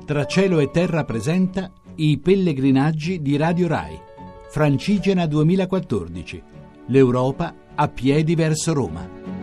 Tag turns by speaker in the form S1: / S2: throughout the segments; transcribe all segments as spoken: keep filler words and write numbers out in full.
S1: Tra cielo e terra presenta I pellegrinaggi di Radio Rai. Francigena duemilaquattordici. L'Europa a piedi verso Roma.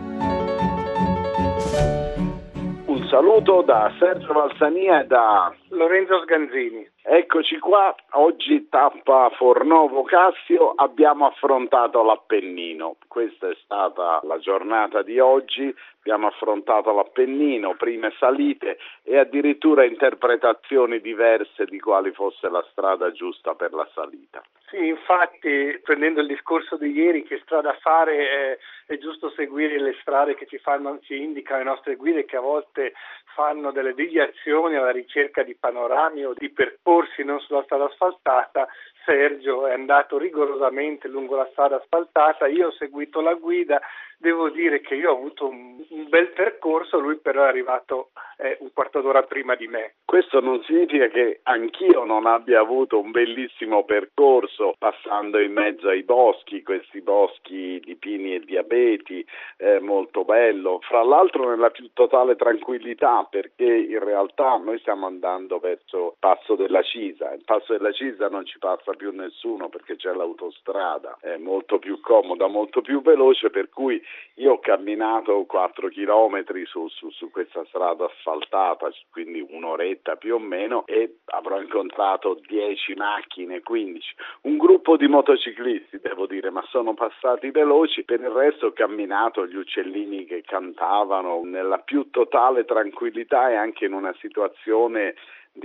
S2: Un saluto da Sergio Valsania e da
S3: Lorenzo Sganzini.
S2: Eccoci qua, oggi tappa Fornovo Cassio, abbiamo affrontato l'Appennino, questa è stata la giornata di oggi, abbiamo affrontato l'Appennino, prime salite e addirittura interpretazioni diverse di quali fosse la strada giusta per la salita.
S3: Sì, infatti, prendendo il discorso di ieri, che strada fare, è, è giusto seguire le strade che ci fanno, ci indicano le nostre guide, che a volte fanno delle deviazioni alla ricerca di panorami o di percorsi non sulla strada asfaltata. Sergio è andato rigorosamente lungo la strada asfaltata, io ho seguito la guida, devo dire che io ho avuto un, un bel percorso, lui però è arrivato eh, un quarto d'ora prima di me.
S2: Questo non significa che anch'io non abbia avuto un bellissimo percorso passando in mezzo ai boschi, questi boschi di pini e di abeti, eh, molto bello, fra l'altro nella più totale tranquillità, perché in realtà noi stiamo andando verso Passo della Cisa, il Passo della Cisa non ci passa più nessuno perché c'è l'autostrada, è molto più comoda, molto più veloce, per cui io ho camminato quattro chilometri su, su, su questa strada asfaltata, quindi un'oretta più o meno, e avrò incontrato dieci macchine, quindici, un gruppo di motociclisti devo dire, ma sono passati veloci. Per il resto ho camminato, gli uccellini che cantavano nella più totale tranquillità e anche in una situazione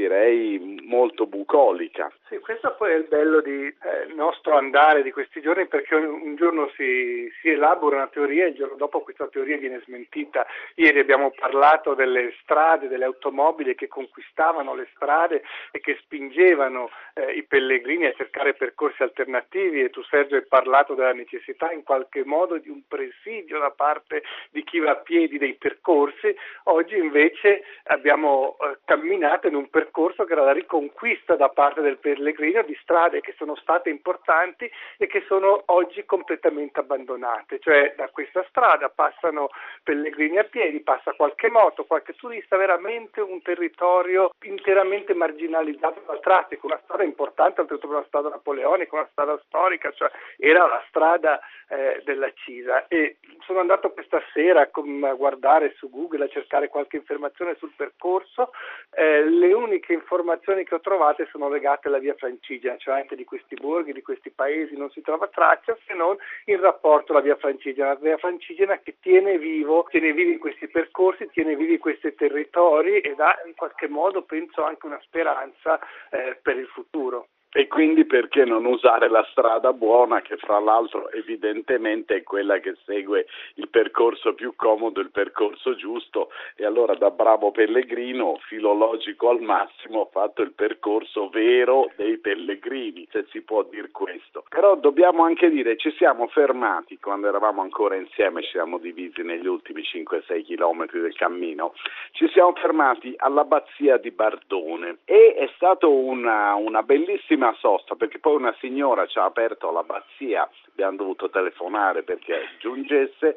S2: direi molto bucolica.
S3: Sì, questo poi è il bello di eh, nostro andare di questi giorni, perché un, un giorno si, si elabora una teoria e il giorno dopo questa teoria viene smentita. Ieri abbiamo parlato delle strade, delle automobili che conquistavano le strade e che spingevano eh, i pellegrini a cercare percorsi alternativi, e tu Sergio hai parlato della necessità in qualche modo di un presidio da parte di chi va a piedi dei percorsi. Oggi invece abbiamo eh, camminato in un percorso che era la riconquista da parte del pellegrino di strade che sono state importanti e che sono oggi completamente abbandonate. Cioè da questa strada passano pellegrini a piedi, passa qualche moto, qualche turista, veramente un territorio interamente marginalizzato dal traffico, una strada importante, oltretutto una strada napoleonica, una strada storica, cioè era la strada eh, della Cisa. E sono andato questa sera a guardare su Google, a cercare qualche informazione sul percorso. Eh, le uniche informazioni che ho trovate sono legate alla via Francigena, cioè anche di questi borghi, di questi paesi non si trova traccia, se non il rapporto alla via Francigena, la via Francigena che tiene vivo, tiene vivi questi percorsi, tiene vivi questi territori e dà in qualche modo, penso, anche una speranza eh, per il futuro.
S2: E quindi perché non usare la strada buona, che fra l'altro evidentemente è quella che segue il percorso più comodo, il percorso giusto, e allora da bravo pellegrino, filologico al massimo, ho fatto il percorso vero dei pellegrini, se si può dir questo. Però dobbiamo anche dire, ci siamo fermati quando eravamo ancora insieme, ci siamo divisi negli ultimi cinque sei chilometri del cammino, ci siamo fermati all'abbazia di Bardone e è stato una, una bellissima sosta, perché poi una signora ci ha aperto l'abbazia, abbiamo dovuto telefonare perché giungesse,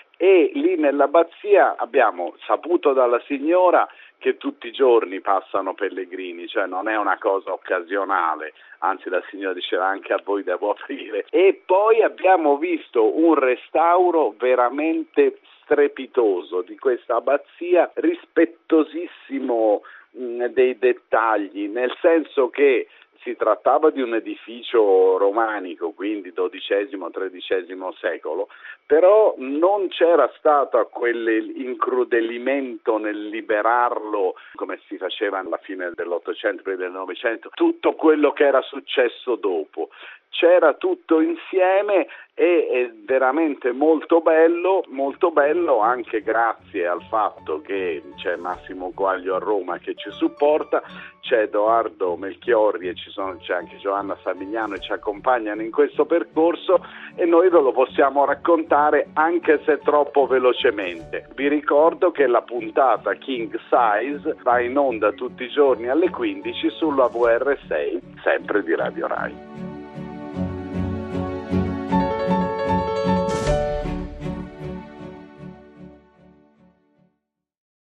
S2: e lì nell'abbazia abbiamo saputo dalla signora che tutti i giorni passano pellegrini, cioè non è una cosa occasionale, anzi la signora diceva anche a voi devo aprire. E poi abbiamo visto un restauro veramente strepitoso di questa abbazia, rispettosissimo mh, dei dettagli, nel senso che si trattava di un edificio romanico, quindi dodicesimo tredicesimo secolo, però non c'era stato quell'incrudelimento nel liberarlo come si faceva alla fine dell'Ottocento e del Novecento, tutto quello che era successo dopo. C'era tutto insieme e è veramente molto bello, molto bello anche grazie al fatto che c'è Massimo Quaglio a Roma che ci supporta, c'è Edoardo Melchiorri e ci sono, c'è anche Giovanna Savignano e ci accompagnano in questo percorso e noi ve lo possiamo raccontare anche se troppo velocemente. Vi ricordo che la puntata King Size va in onda tutti i giorni alle quindici sulla V R sei, sempre di Radio Rai.